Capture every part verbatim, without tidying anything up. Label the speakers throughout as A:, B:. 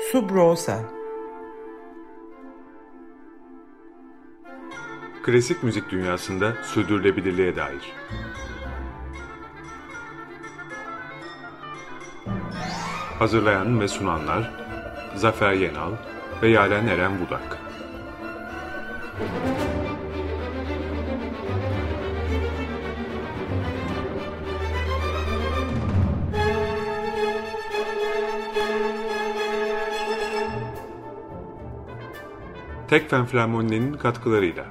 A: Subrosa.
B: Klasik müzik dünyasında sürdürülebilirliğe dair. Hazırlayan ve sunanlar Zafer Yenal ve Yaren Eren Budak. Tekfen Filarmoni'nin katkılarıyla.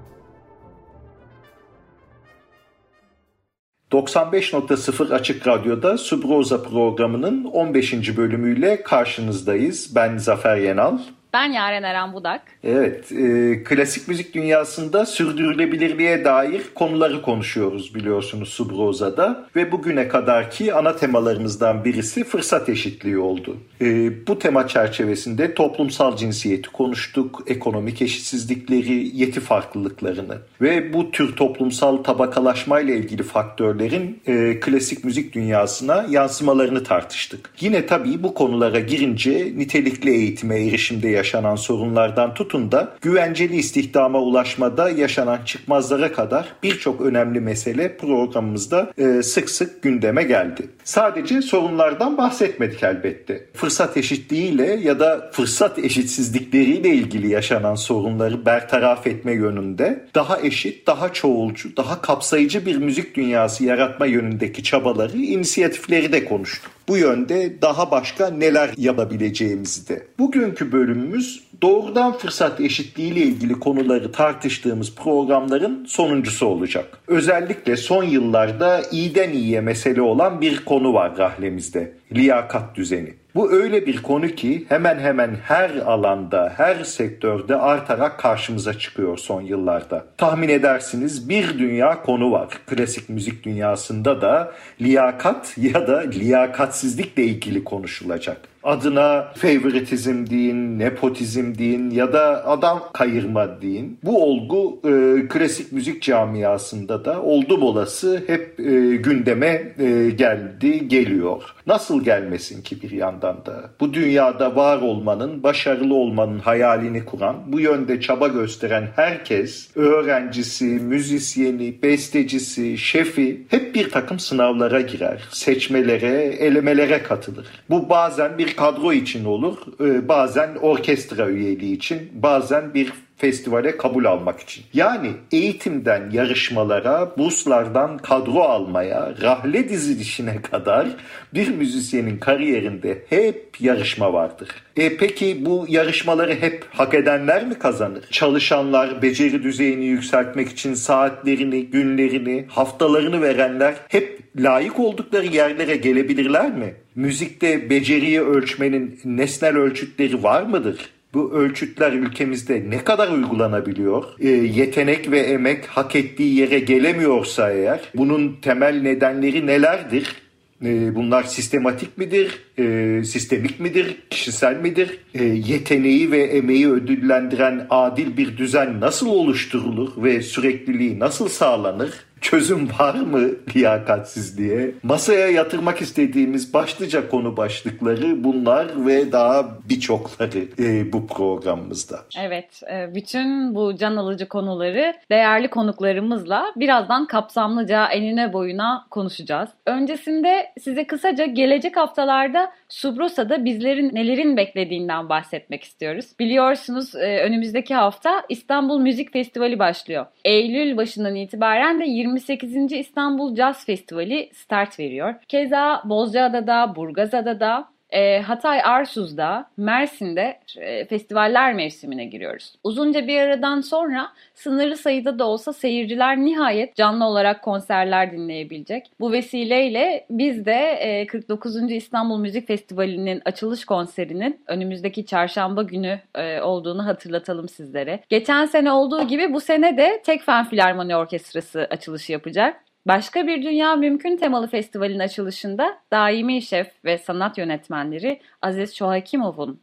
C: doksan beş nokta sıfır Açık Radyo'da Subrosa programının on beşinci bölümüyle karşınızdayız. Ben Zafer Yenal.
D: Ben Yaren Eren Budak.
C: Evet, e, klasik müzik dünyasında sürdürülebilirliğe dair konuları konuşuyoruz biliyorsunuz Subrosa'da. Ve bugüne kadarki ana temalarımızdan birisi fırsat eşitliği oldu. E, bu tema çerçevesinde toplumsal cinsiyeti konuştuk, ekonomik eşitsizlikleri, yeti farklılıklarını ve bu tür toplumsal tabakalaşmayla ilgili faktörlerin e, klasik müzik dünyasına yansımalarını tartıştık. Yine tabii bu konulara girince nitelikli eğitime erişimde yaşanan sorunlardan tutun da güvenceli istihdama ulaşmada yaşanan çıkmazlara kadar birçok önemli mesele programımızda e, sık sık gündeme geldi. Sadece sorunlardan bahsetmedik elbette. Fırsat eşitliğiyle ya da fırsat eşitsizlikleriyle ilgili yaşanan sorunları bertaraf etme yönünde daha eşit, daha çoğulcu, daha kapsayıcı bir müzik dünyası yaratma yönündeki çabaları, inisiyatifleri de konuştuk. Bu yönde daha başka neler yapabileceğimizi de. Bugünkü bölümümüz doğrudan fırsat eşitliği ile ilgili konuları tartıştığımız programların sonuncusu olacak. Özellikle son yıllarda iyiden iyiye mesele olan bir konu var rahlemizde. Liyakat düzeni. Bu öyle bir konu ki hemen hemen her alanda, her sektörde artarak karşımıza çıkıyor son yıllarda. Tahmin edersiniz bir dünya konu var. Klasik müzik dünyasında da liyakat ya da liyakatsizlikle ilgili konuşulacak. Adına favoritizm deyin, nepotizm deyin ya da adam kayırma deyin. Bu olgu e, klasik müzik camiasında da oldum olası hep e, gündeme e, geldi, geliyor. Nasıl gelmesin ki bir yandan da? Bu dünyada var olmanın, başarılı olmanın hayalini kuran, bu yönde çaba gösteren herkes, öğrencisi, müzisyeni, bestecisi, şefi hep bir takım sınavlara girer, seçmelere, elemelere katılır. Bu bazen bir kadro için olur, bazen orkestra üyeliği için, bazen bir festivale kabul almak için. Yani eğitimden yarışmalara, burslardan kadro almaya, rahle dizilişine kadar bir müzisyenin kariyerinde hep yarışma vardır. E peki bu yarışmaları hep hak edenler mi kazanır? Çalışanlar, beceri düzeyini yükseltmek için saatlerini, günlerini, haftalarını verenler hep layık oldukları yerlere gelebilirler mi? Müzikte beceriyi ölçmenin nesnel ölçütleri var mıdır? Bu ölçütler ülkemizde ne kadar uygulanabiliyor? E, yetenek ve emek hak ettiği yere gelemiyorsa eğer bunun temel nedenleri nelerdir? E, bunlar sistematik midir? E, sistemik midir? Kişisel midir? E, yeteneği ve emeği ödüllendiren adil bir düzen nasıl oluşturulur ve sürekliliği nasıl sağlanır? Çözüm var mı liyakatsizliğe? Masaya yatırmak istediğimiz başlıca konu başlıkları bunlar ve daha birçokları e, bu programımızda.
D: Evet, e, bütün bu can alıcı konuları değerli konuklarımızla birazdan kapsamlıca enine boyuna konuşacağız. Öncesinde size kısaca gelecek haftalarda Subrosa'da bizlerin nelerin beklediğinden bahsetmek istiyoruz. Biliyorsunuz e, önümüzdeki hafta İstanbul Müzik Festivali başlıyor. Eylül başından itibaren de yirmi sekizinci İstanbul Jazz Festivali start veriyor. Keza Bozcaada'da, Burgazada'da, e, Hatay Arsuz'da, Mersin'de e, festivaller mevsimine giriyoruz. Uzunca bir aradan sonra sınırlı sayıda da olsa seyirciler nihayet canlı olarak konserler dinleyebilecek. Bu vesileyle biz de e, kırk dokuzuncu İstanbul Müzik Festivali'nin açılış konserinin önümüzdeki çarşamba günü e, olduğunu hatırlatalım sizlere. Geçen sene olduğu gibi bu sene de Tekfen Filarmoni Orkestrası açılışı yapacak. Başka Bir Dünya Mümkün temalı festivalin açılışında daimi şef ve sanat yönetmenleri Aziz Çohakimov'un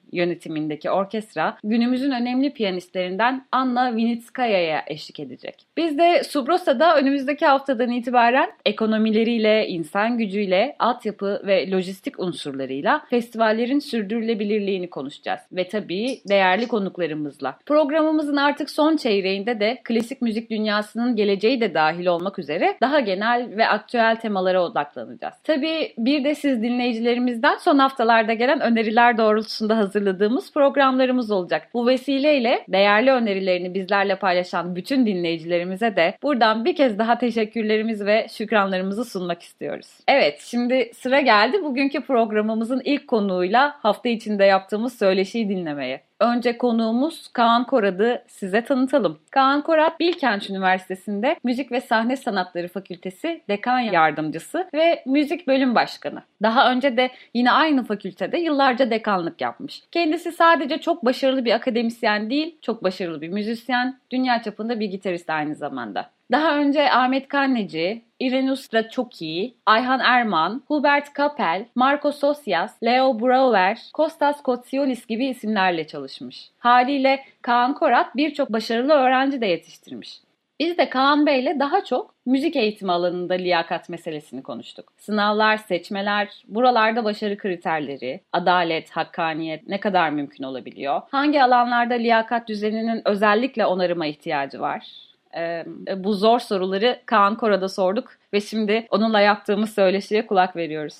D: yönetimindeki orkestra günümüzün önemli piyanistlerinden Anna Vinitskaya'ya eşlik edecek. Biz de Subrosa'da önümüzdeki haftadan itibaren ekonomileriyle, insan gücüyle, altyapı ve lojistik unsurlarıyla festivallerin sürdürülebilirliğini konuşacağız. Ve tabii değerli konuklarımızla. Programımızın artık son çeyreğinde de klasik müzik dünyasının geleceği de dahil olmak üzere daha genel ve aktüel temalara odaklanacağız. Tabii bir de siz dinleyicilerimizden son haftalarda gelen öneriler doğrultusunda hazırladığımız programlarımız olacak. Bu vesileyle değerli önerilerini bizlerle paylaşan bütün dinleyicilerimize de buradan bir kez daha teşekkürlerimiz ve şükranlarımızı sunmak istiyoruz. Evet, şimdi sıra geldi bugünkü programımızın ilk konuğuyla hafta içinde yaptığımız söyleşiyi dinlemeye. Önce konuğumuz Kaan Korat'ı size tanıtalım. Kaan Korat, Bilkent Üniversitesi'nde Müzik ve Sahne Sanatları Fakültesi Dekan Yardımcısı ve Müzik Bölüm Başkanı. Daha önce de yine aynı fakültede yıllarca dekanlık yapmış. Kendisi sadece çok başarılı bir akademisyen değil, çok başarılı bir müzisyen, dünya çapında bir gitarist aynı zamanda. Daha önce Ahmet Kanneci, Irenus Straczynski, Ayhan Erman, Hubert Kapel, Marco Sosyas, Leo Brouwer, Kostas Kotsiolis gibi isimlerle çalışmış. Haliyle Kaan Korat birçok başarılı öğrenci de yetiştirmiş. Biz de Kaan Bey'le daha çok müzik eğitimi alanında liyakat meselesini konuştuk. Sınavlar, seçmeler, buralarda başarı kriterleri, adalet, hakkaniyet ne kadar mümkün olabiliyor? Hangi alanlarda liyakat düzeninin özellikle onarıma ihtiyacı var? Ee, bu zor soruları Kaan Korat'a sorduk ve şimdi onunla yaptığımız söyleşiye kulak veriyoruz.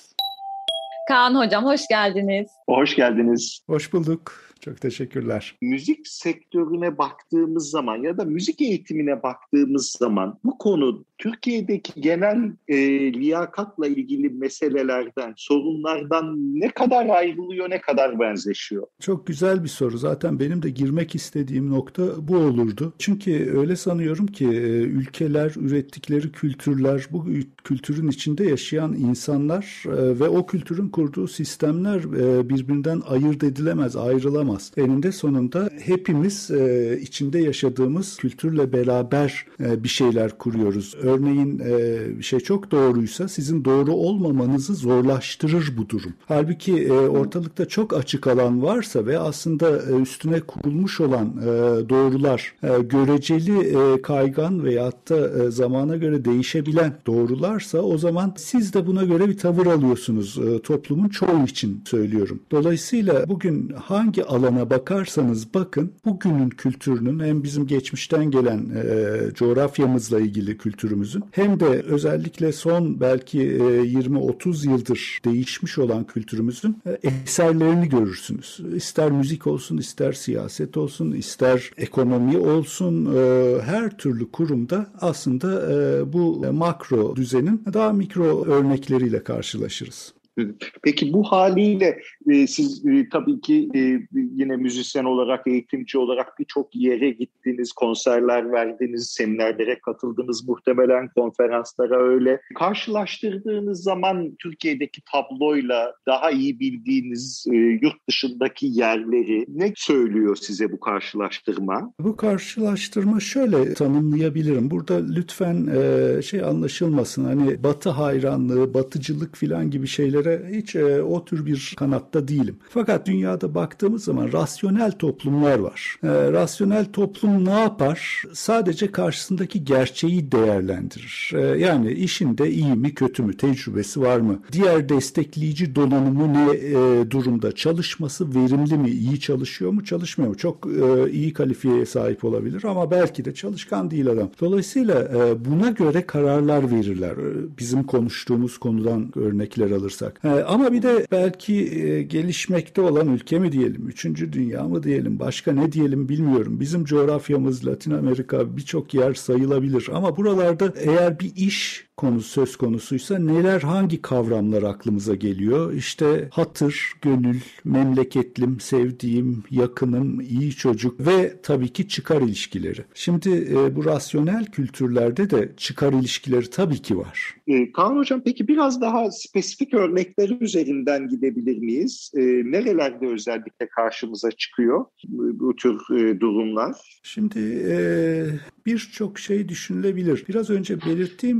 D: Kaan Hocam hoş geldiniz.
C: Hoş geldiniz.
A: Hoş bulduk. Çok teşekkürler.
C: Müzik sektörüne baktığımız zaman ya da müzik eğitimine baktığımız zaman bu konu Türkiye'deki genel e, liyakatla ilgili meselelerden, sorunlardan ne kadar ayrılıyor, ne kadar benzeşiyor?
A: Çok güzel bir soru. Zaten benim de girmek istediğim nokta bu olurdu. Çünkü öyle sanıyorum ki ülkeler, ürettikleri kültürler, bu kültürün içinde yaşayan insanlar ve o kültürün kurduğu sistemler birbirinden ayırt edilemez, ayrılamaz. Eninde sonunda hepimiz içinde yaşadığımız kültürle beraber bir şeyler kuruyoruz. Örneğin bir şey çok doğruysa sizin doğru olmamanızı zorlaştırır bu durum. Halbuki ortalıkta çok açık alan varsa ve aslında üstüne kurulmuş olan doğrular göreceli, kaygan veyahut da zamana göre değişebilen doğrularsa o zaman siz de buna göre bir tavır alıyorsunuz. Toplumun çoğu için söylüyorum. Dolayısıyla bugün hangi alana bakarsanız bakın bugünün kültürünün hem bizim geçmişten gelen e, coğrafyamızla ilgili kültürümüzün hem de özellikle son belki e, yirmi otuz yıldır değişmiş olan kültürümüzün e, eserlerini görürsünüz. İster müzik olsun, ister siyaset olsun, ister ekonomi olsun, e, her türlü kurumda aslında e, bu makro düzenin daha mikro örnekleriyle karşılaşırız.
C: Peki bu haliyle e, siz e, tabii ki e, yine müzisyen olarak, eğitimci olarak birçok yere gittiniz, konserler verdiniz, seminerlere katıldınız, muhtemelen konferanslara öyle. Karşılaştırdığınız zaman Türkiye'deki tabloyla daha iyi bildiğiniz e, yurt dışındaki yerleri ne söylüyor size bu karşılaştırma?
A: Bu karşılaştırma şöyle tanımlayabilirim. Burada lütfen e, şey anlaşılmasın. Hani Batı hayranlığı, batıcılık filan gibi şeyler hiç e, o tür bir kanatta değilim. Fakat dünyada baktığımız zaman rasyonel toplumlar var. E, rasyonel toplum ne yapar? Sadece karşısındaki gerçeği değerlendirir. E, yani işinde iyi mi kötü mü? Tecrübesi var mı? Diğer destekleyici donanımı ne e, durumda? Çalışması verimli mi? İyi çalışıyor mu? Çalışmıyor mu? Çok e, iyi kalifiyeye sahip olabilir ama belki de çalışkan değil adam. Dolayısıyla e, buna göre kararlar verirler. E, bizim konuştuğumuz konudan örnekler alırsak. Ee, ama bir de belki e, gelişmekte olan ülke mi diyelim, üçüncü dünya mı diyelim, başka ne diyelim bilmiyorum. Bizim coğrafyamız Latin Amerika birçok yer sayılabilir ama buralarda eğer bir iş konusu söz konusuysa neler, hangi kavramlar aklımıza geliyor? İşte hatır, gönül, memleketlim, sevdiğim, yakınım, iyi çocuk ve tabii ki çıkar ilişkileri. Şimdi e, bu rasyonel kültürlerde de çıkar ilişkileri tabii ki var.
C: E, Kaan Hocam peki biraz daha spesifik örnekleri üzerinden gidebilir miyiz? E, nerelerde özellikle karşımıza çıkıyor bu, bu tür e, durumlar?
A: Şimdi e, birçok şey düşünülebilir. Biraz önce belirttiğim gibi yarış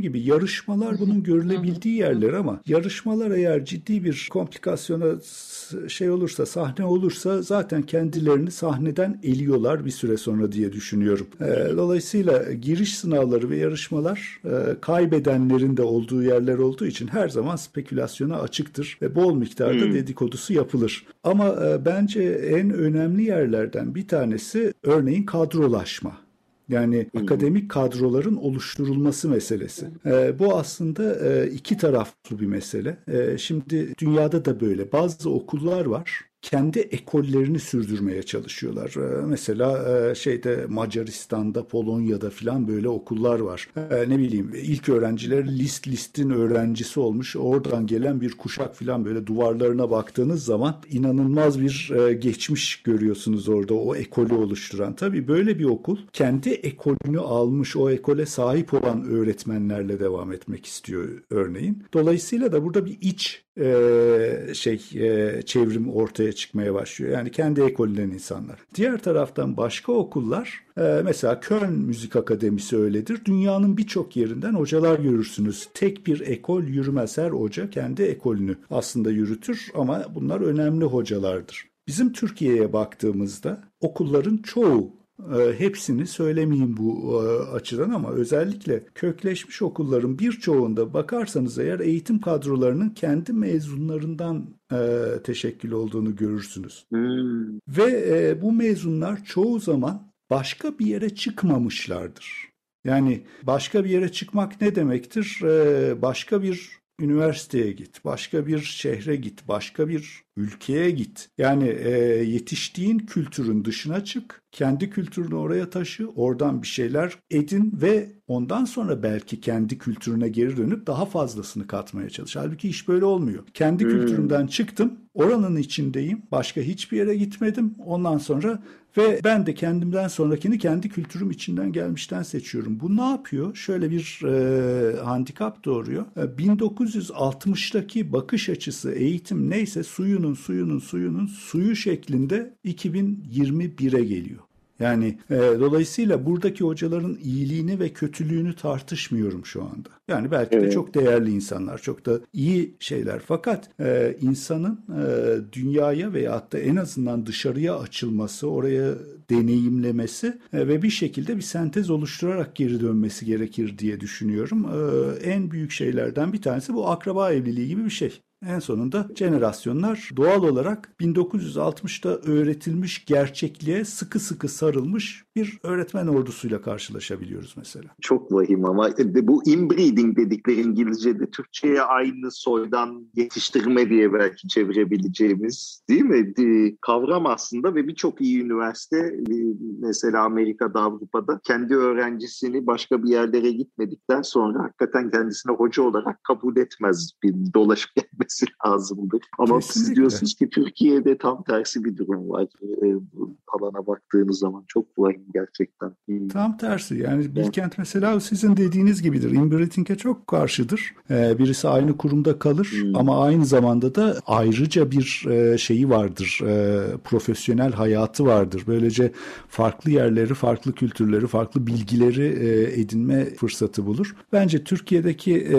A: yarışmalar bunun görülebildiği yerler ama yarışmalar eğer ciddi bir komplikasyona şey olursa, sahne olursa zaten kendilerini sahneden eliyorlar bir süre sonra diye düşünüyorum. Dolayısıyla giriş sınavları ve yarışmalar kaybedenlerin de olduğu yerler olduğu için her zaman spekülasyona açıktır ve bol miktarda hmm. dedikodusu yapılır. Ama bence en önemli yerlerden bir tanesi örneğin kadrolaşma. Yani hmm. akademik kadroların oluşturulması meselesi. Ee, bu aslında e, iki taraflı bir mesele. E, şimdi dünyada da böyle bazı okullar var. Kendi ekollerini sürdürmeye çalışıyorlar. Ee, mesela e, şeyde Macaristan'da, Polonya'da filan böyle okullar var. Ee, ne bileyim ilk öğrenciler list listin öğrencisi olmuş. Oradan gelen bir kuşak filan böyle duvarlarına baktığınız zaman inanılmaz bir e, geçmiş görüyorsunuz orada o ekolü oluşturan. Tabii böyle bir okul kendi ekolünü almış, o ekole sahip olan öğretmenlerle devam etmek istiyor örneğin. Dolayısıyla da burada bir iç Ee, şey e, çevrim ortaya çıkmaya başlıyor. Yani kendi ekolünden insanlar. Diğer taraftan başka okullar e, mesela Köln Müzik Akademisi öyledir. Dünyanın birçok yerinden hocalar görürsünüz. Tek bir ekol yürümez. Her hoca kendi ekolünü aslında yürütür ama bunlar önemli hocalardır. Bizim Türkiye'ye baktığımızda okulların çoğu, hepsini söylemeyeyim bu açıdan ama özellikle kökleşmiş okulların birçoğunda bakarsanız eğer eğitim kadrolarının kendi mezunlarından teşekkül olduğunu görürsünüz. Hmm. Ve bu mezunlar çoğu zaman başka bir yere çıkmamışlardır. Yani başka bir yere çıkmak ne demektir? Başka bir üniversiteye git, başka bir şehre git, başka bir ülkeye git. Yani e, yetiştiğin kültürün dışına çık, kendi kültürünü oraya taşı, oradan bir şeyler edin ve ondan sonra belki kendi kültürüne geri dönüp daha fazlasını katmaya çalış. Halbuki iş böyle olmuyor. Kendi hmm. kültürümden çıktım, oranın içindeyim, başka hiçbir yere gitmedim. Ondan sonra ve ben de kendimden sonrakini kendi kültürüm içinden gelmişten seçiyorum. Bu ne yapıyor? Şöyle bir e, handikap doğuruyor. E, bin dokuz yüz altmıştaki bakış açısı, eğitim neyse suyunun suyunun suyunun suyu şeklinde iki bin yirmi bire geliyor. Yani e, dolayısıyla buradaki hocaların iyiliğini ve kötülüğünü tartışmıyorum şu anda. Yani belki evet. de çok değerli insanlar, çok da iyi şeyler. Fakat e, insanın e, dünyaya veya hatta en azından dışarıya açılması, oraya deneyimlemesi e, ve bir şekilde bir sentez oluşturarak geri dönmesi gerekir diye düşünüyorum. E, en büyük şeylerden bir tanesi bu akraba evliliği gibi bir şey. En sonunda jenerasyonlar doğal olarak bin dokuz yüz altmışta öğretilmiş gerçekliğe sıkı sıkı sarılmış bir öğretmen ordusuyla karşılaşabiliyoruz mesela.
E: Çok vahim ama bu inbreeding dedikleri İngilizce'de Türkçe'ye aynı soydan yetiştirme diye belki çevirebileceğimiz değil mi? Kavram aslında ve birçok iyi üniversite mesela Amerika'da, Avrupa'da kendi öğrencisini başka bir yerlere gitmedikten sonra hakikaten kendisine hoca olarak kabul etmez, bir dolaşıp gelmesi lazımdır. Ama Kesinlikle. Siz diyorsunuz ki Türkiye'de tam tersi bir durum var. Bu alana baktığınız zaman çok vahim gerçekten.
A: Tam tersi. Yani Bilkent mesela sizin dediğiniz gibidir. Inbreeding'e çok karşıdır. Ee, birisi aynı kurumda kalır hmm. ama aynı zamanda da ayrıca bir e, şeyi vardır. E, profesyonel hayatı vardır. Böylece farklı yerleri, farklı kültürleri, farklı bilgileri e, edinme fırsatı bulur. Bence Türkiye'deki e,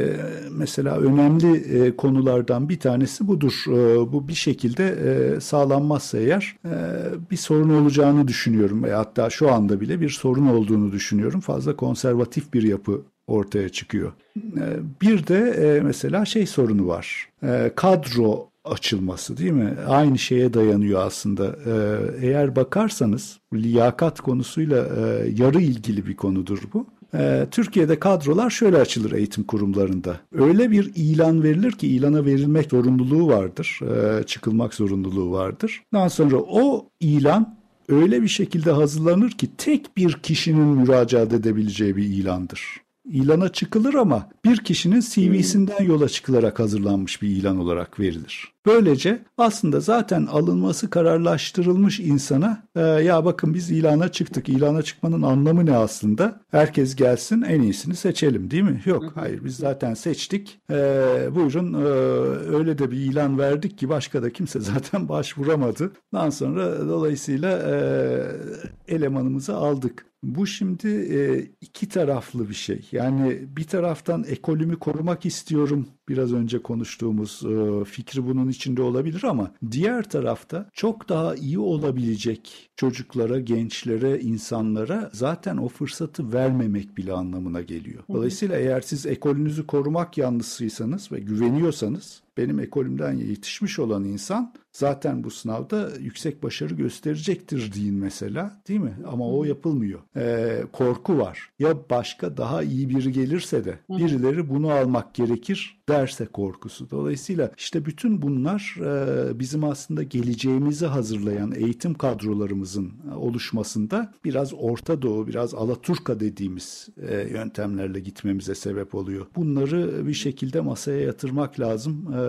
A: mesela önemli e, konulardan bir tanesi budur. E, bu bir şekilde e, sağlanmazsa eğer e, bir sorun olacağını düşünüyorum. Ve hatta şu anda bile bir sorun olduğunu düşünüyorum. Fazla konservatif bir yapı ortaya çıkıyor. E, bir de e, mesela şey sorunu var. E, kadro açılması değil mi? Aynı şeye dayanıyor aslında. Ee, eğer bakarsanız liyakat konusuyla e, yarı ilgili bir konudur bu. Ee, Türkiye'de kadrolar şöyle açılır eğitim kurumlarında. Öyle bir ilan verilir ki ilana verilmek zorunluluğu vardır. E, çıkılmak zorunluluğu vardır. Daha sonra o ilan öyle bir şekilde hazırlanır ki tek bir kişinin müracaat edebileceği bir ilandır. İlana çıkılır ama bir kişinin C V'sinden yola çıkılarak hazırlanmış bir ilan olarak verilir. Böylece aslında zaten alınması kararlaştırılmış insana e, ya bakın biz ilana çıktık. İlana çıkmanın anlamı ne aslında? Herkes gelsin en iyisini seçelim değil mi? Yok hayır biz zaten seçtik. E, buyurun e, öyle de bir ilan verdik ki başka da kimse zaten başvuramadı. Daha sonra dolayısıyla e, elemanımızı aldık. Bu şimdi e, iki taraflı bir şey. Yani bir taraftan ekolümü korumak istiyorum. Biraz önce konuştuğumuz e, fikri bunun içinde olabilir ama diğer tarafta çok daha iyi olabilecek çocuklara, gençlere, insanlara zaten o fırsatı vermemek bile anlamına geliyor. Dolayısıyla eğer siz ekolünüzü korumak yanlısıysanız ve güveniyorsanız, benim ekolümden yetişmiş olan insan zaten bu sınavda yüksek başarı gösterecektir deyin mesela, değil mi? Ama o yapılmıyor. Ee, korku var. Ya başka daha iyi biri gelirse de birileri bunu almak gerekir derse korkusu. Dolayısıyla işte bütün bunlar e, bizim aslında geleceğimizi hazırlayan eğitim kadrolarımızın oluşmasında biraz Orta Doğu, biraz Alaturka dediğimiz e, yöntemlerle gitmemize sebep oluyor. Bunları bir şekilde masaya yatırmak lazım. E,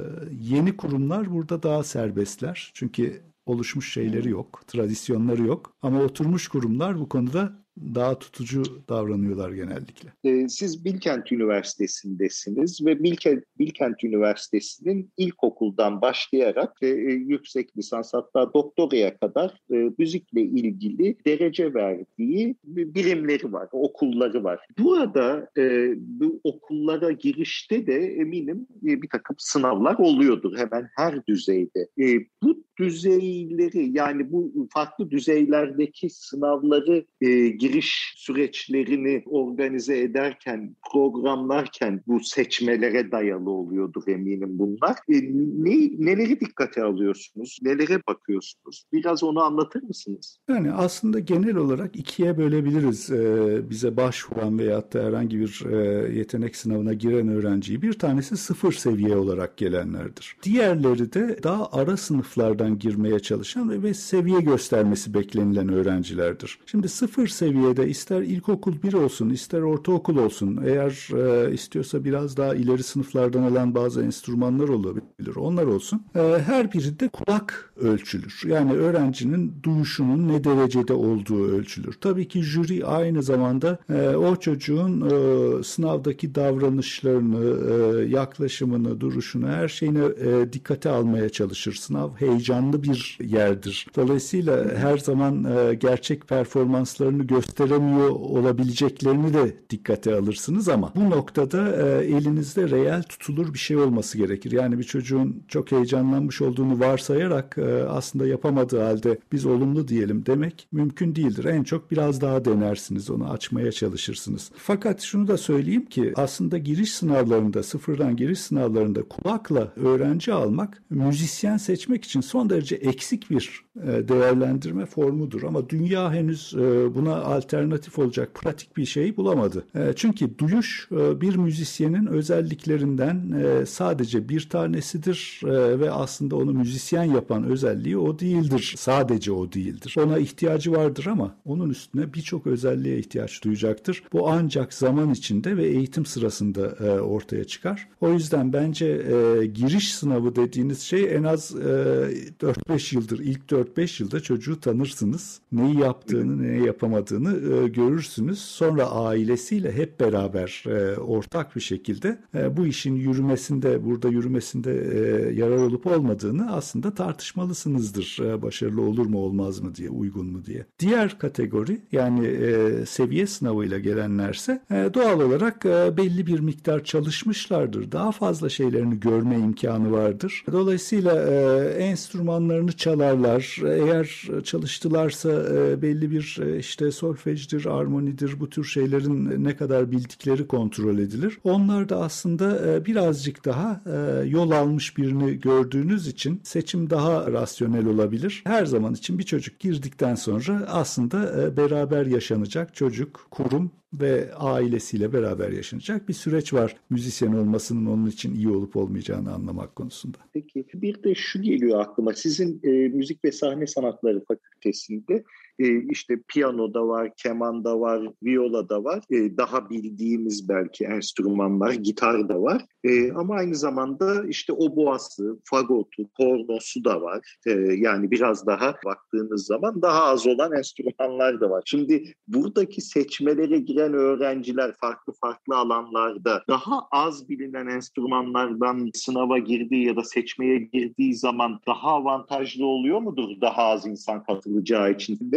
A: yeni kurumlar burada daha serbestler. Çünkü oluşmuş şeyleri yok, tradisyonları yok. Ama oturmuş kurumlar bu konuda daha tutucu davranıyorlar genellikle.
E: Siz Bilkent Üniversitesi'ndesiniz ve Bilkent, Bilkent Üniversitesi'nin ilkokuldan başlayarak e, yüksek lisans hatta doktoraya kadar e, müzikle ilgili derece verdiği birimleri var, okulları var. Burada e, bu okullara girişte de eminim e, bir takım sınavlar oluyordur hemen her düzeyde. E, bu düzeyleri, yani bu farklı düzeylerdeki sınavları e, giriş süreçlerini organize ederken, programlarken bu seçmelere dayalı oluyordur eminim bunlar. E, ne, neleri dikkate alıyorsunuz? Nelere bakıyorsunuz? Biraz onu anlatır mısınız?
A: Yani aslında genel olarak ikiye bölebiliriz ee, bize başvuran veyahut da herhangi bir e, yetenek sınavına giren öğrenciyi. Bir tanesi sıfır seviye olarak gelenlerdir. Diğerleri de daha ara sınıflardan girmeye çalışan ve, ve seviye göstermesi beklenilen öğrencilerdir. Şimdi sıfır seviyede ister ilkokul bir olsun, ister ortaokul olsun, eğer e, istiyorsa biraz daha ileri sınıflardan alan bazı enstrümanlar olabilir, onlar olsun. E, her biri de kulak ölçülür. Yani öğrencinin duyuşunun ne derecede olduğu ölçülür. Tabii ki jüri aynı zamanda e, o çocuğun e, sınavdaki davranışlarını, e, yaklaşımını, duruşunu, her şeyine e, dikkate almaya çalışır. Sınav heyecanlı bir yerdir. Dolayısıyla her zaman e, gerçek performanslarını gösteremiyor olabileceklerini de dikkate alırsınız ama bu noktada e, elinizde reel tutulur bir şey olması gerekir. Yani bir çocuğun çok heyecanlanmış olduğunu varsayarak e, aslında yapamadığı halde biz olumlu diyelim demek mümkün değildir. En çok biraz daha denersiniz, onu açmaya çalışırsınız. Fakat şunu da söyleyeyim ki aslında giriş sınavlarında, sıfırdan giriş sınavlarında kulakla öğrenci almak müzisyen seçmek için son derece eksik bir e, değerlendirme formudur. Ama dünya henüz e, buna alternatif olacak pratik bir şey bulamadı. E, çünkü duyuş e, bir müzisyenin özelliklerinden e, sadece bir tanesidir e, ve aslında onu müzisyen yapan özelliği o değildir. Sadece o değildir. Ona ihtiyacı vardır ama onun üstüne birçok özelliğe ihtiyaç duyacaktır. Bu ancak zaman içinde ve eğitim sırasında e, ortaya çıkar. O yüzden bence e, giriş sınavı dediğiniz şey en az e, dört beş yıldır, ilk dört beş yılda çocuğu tanırsınız. Neyi yaptığını, neyi yapamadığını e, görürsünüz. Sonra ailesiyle hep beraber e, ortak bir şekilde e, bu işin yürümesinde, burada yürümesinde e, yarar olup olmadığını aslında tartışmalısınızdır. E, başarılı olur mu olmaz mı diye, uygun mu diye. Diğer kategori, yani e, seviye sınavıyla gelenlerse e, doğal olarak e, belli bir miktar çalışmışlardır. Daha fazla şeylerini görme imkanı vardır. Dolayısıyla e, enstrümanlarını çalarlar. Eğer çalıştılarsa e, belli bir e, işte solfejdir, armonidir, bu tür şeylerin ne kadar bildikleri kontrol edilir. Onlar da aslında e, birazcık daha e, yol almış birini gördüğünüz için seçim daha rasyonel olabilir. Her zaman için bir çocuk girdikten sonra aslında e, beraber yaşanacak, çocuk, kurum ve ailesiyle beraber yaşanacak bir süreç var. Müzisyen olmasının onun için iyi olup olmayacağını anlamak konusunda.
E: Peki bir de şu geliyor aklıma. Sizin e, Müzik ve Sahne Sanatları Fakültesi'nde e, işte piyano da var, keman da var, viola da var. E, daha bildiğimiz belki enstrümanlar, gitar da var. E, ama aynı zamanda işte oboası, fagotu, kornosu da var. E, yani biraz daha baktığınız zaman daha az olan enstrümanlar da var. Şimdi buradaki seçmelere giren öğrenciler farklı farklı alanlarda daha az bilinen enstrümanlardan sınava girdiği ya da seçmeye girdiği zaman daha avantajlı oluyor mudur? Daha az insan katılacağı için. Ne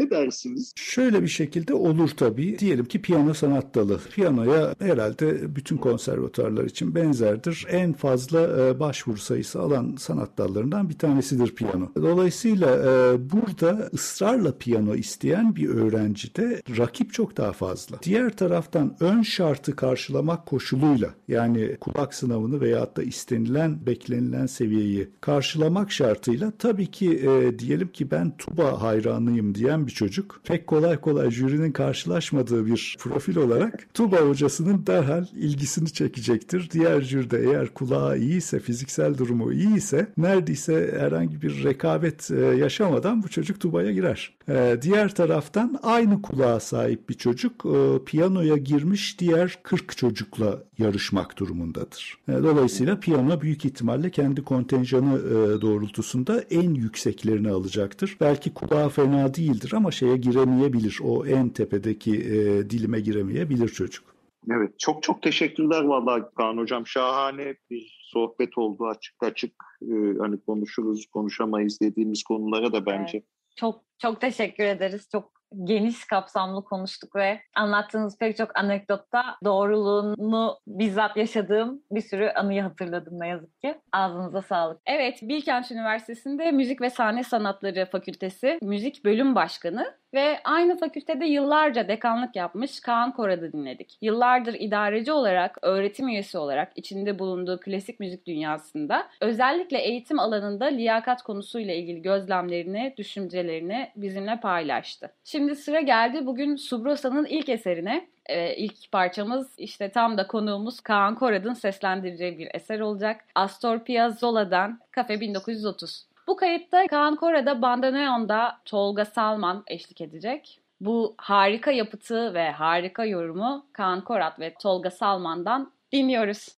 E: Ne dersiniz?
A: Şöyle bir şekilde olur tabii. Diyelim ki piyano sanat dalı. Piyanoya herhalde bütün konservatuarlar için benzerdir. En fazla e, başvuru sayısı alan sanat dallarından bir tanesidir piyano. Dolayısıyla e, burada ısrarla piyano isteyen bir öğrencide rakip çok daha fazla. Diğer taraftan ön şartı karşılamak koşuluyla, yani kulak sınavını veyahut da istenilen, beklenilen seviyeyi karşılamak şartıyla tabii ki e, diyelim ki ben tuba hayranıyım diyen bir çocuk pek kolay kolay jürinin karşılaşmadığı bir profil olarak tuba hocasının derhal ilgisini çekecektir. Diğer jüride eğer kulağı iyiyse, fiziksel durumu iyiyse neredeyse herhangi bir rekabet e, yaşamadan bu çocuk tubaya girer. E, diğer taraftan aynı kulağa sahip bir çocuk e, piyanoya girmiş diğer kırk çocukla yarışmak durumundadır. E, dolayısıyla piyano büyük ihtimalle kendi kontenjanı e, doğrultusunda en yükseklerini alacaktır. Belki kulağı fena değildir ama şeye giremeyebilir. O en tepedeki e, dilime giremeyebilir çocuk.
E: Evet, çok çok teşekkürler vallahi Kaan Hocam. Şahane bir sohbet oldu, açık açık e, hani konuşuruz, konuşamayız dediğimiz konulara da bence.
D: Evet, çok çok teşekkür ederiz. Çok geniş kapsamlı konuştuk ve anlattığınız pek çok anekdotta doğruluğunu bizzat yaşadığım bir sürü anıyı hatırladım ne yazık ki. Ağzınıza sağlık. Evet, Bilkent Üniversitesi'nde Müzik ve Sahne Sanatları Fakültesi Müzik Bölüm Başkanı ve aynı fakültede yıllarca dekanlık yapmış Kaan Korat'ı dinledik. Yıllardır idareci olarak, öğretim üyesi olarak içinde bulunduğu klasik müzik dünyasında özellikle eğitim alanında liyakat konusuyla ilgili gözlemlerini, düşüncelerini bizimle paylaştı. Şimdi sıra geldi bugün Subrosa'nın ilk eserine. Ee, ilk parçamız işte tam da konuğumuz Kaan Korat'ın seslendireceği bir eser olacak. Astor Piazzolla'dan Cafe bin dokuz yüz otuz. Bu kayıtta Kaan Korat'a bandoneonda Tolga Salman eşlik edecek. Bu harika yapıtı ve harika yorumu Kaan Korat ve Tolga Salman'dan dinliyoruz.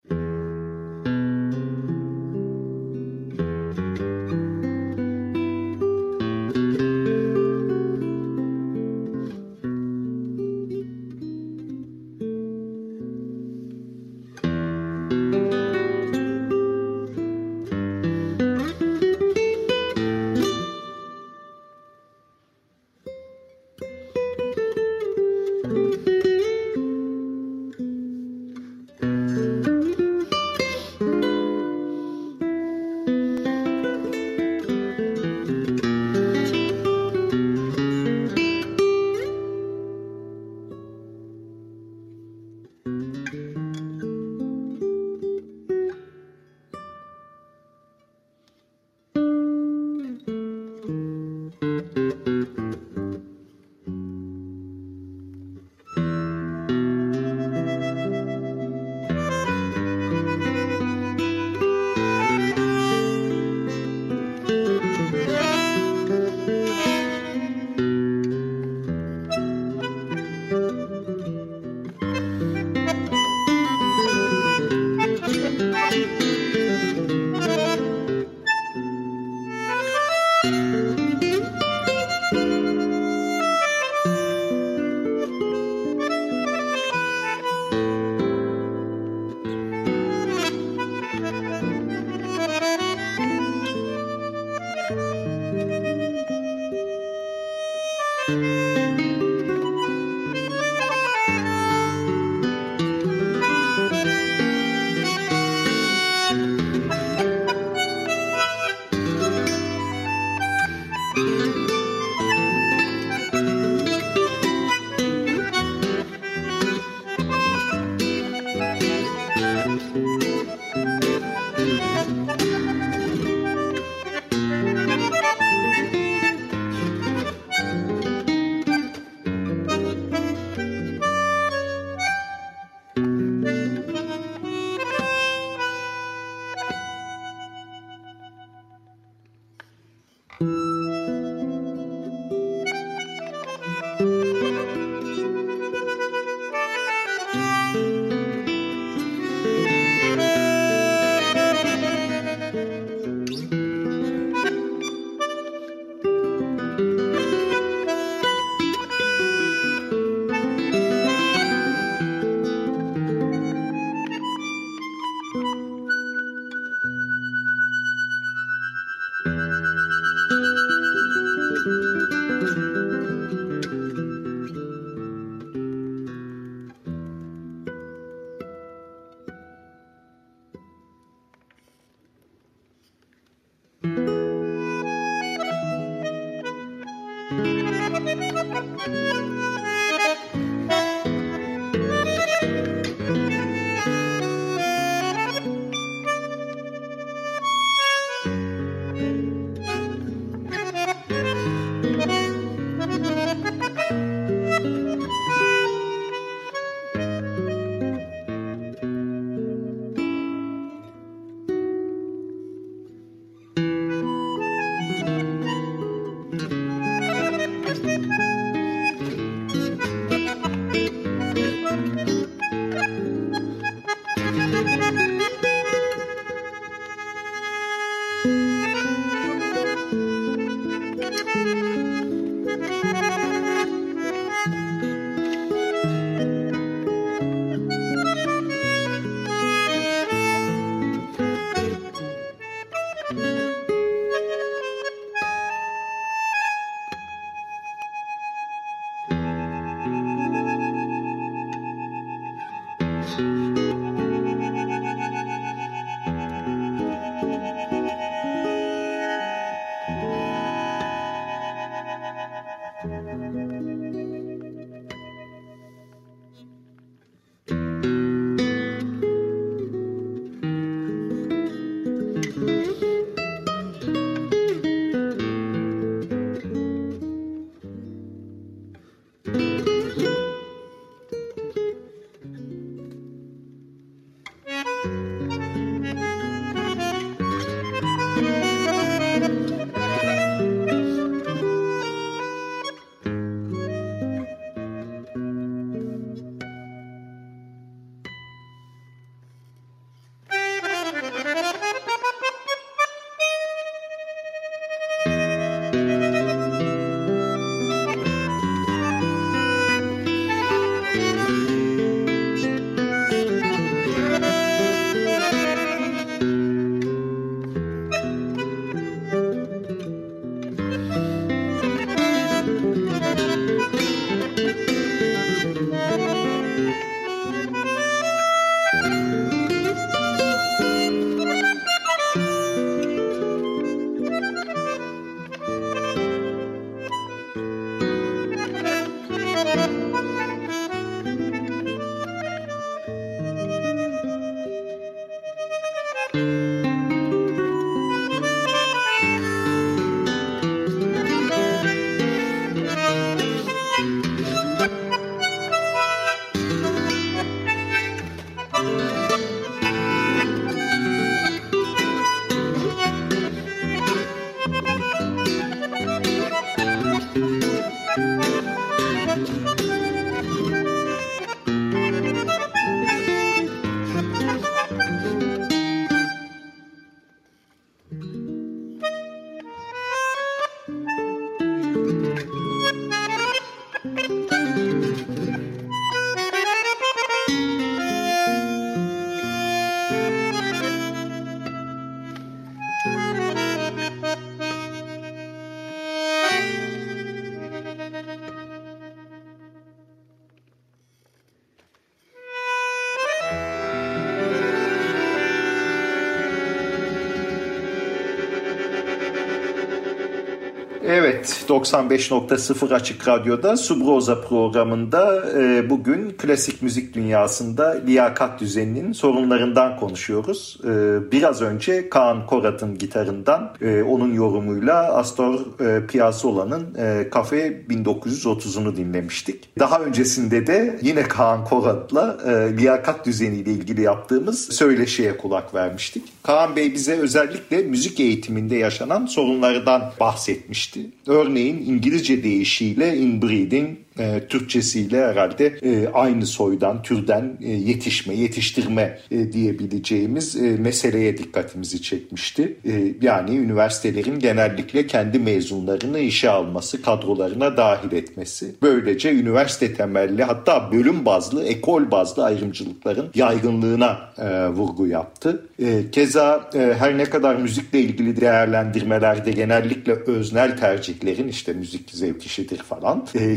C: Evet, doksan beş nokta sıfır Açık Radyo'da Subroza programında e, bugün klasik müzik dünyasında liyakat düzeninin sorunlarından konuşuyoruz. E, biraz önce Kaan Korat'ın gitarından, e, onun yorumuyla Astor e, Piazzolla'nın e, Cafe bin dokuz yüz otuz'unu dinlemiştik. Daha öncesinde de yine Kaan Korat'la e, liyakat düzeniyle ilgili yaptığımız söyleşiye kulak vermiştik. Kaan Bey bize özellikle müzik eğitiminde yaşanan sorunlardan bahsetmişti. Örneğin İngilizce deyişiyle inbreeding, e, Türkçesiyle herhalde e, aynı soydan, türden e, yetişme, yetiştirme e, diyebileceğimiz e, meseleye dikkatimizi çekmişti. E, yani üniversitelerin genellikle kendi mezunlarını işe alması, kadrolarına dahil etmesi. Böylece üniversite temelli, hatta bölüm bazlı, ekol bazlı ayrımcılıkların yaygınlığına e, vurgu yaptı. E, keza e, her ne kadar müzikle ilgili değerlendirmelerde genellikle öznel tercihlerin, işte müzik zevk işidir falan, e, kişisel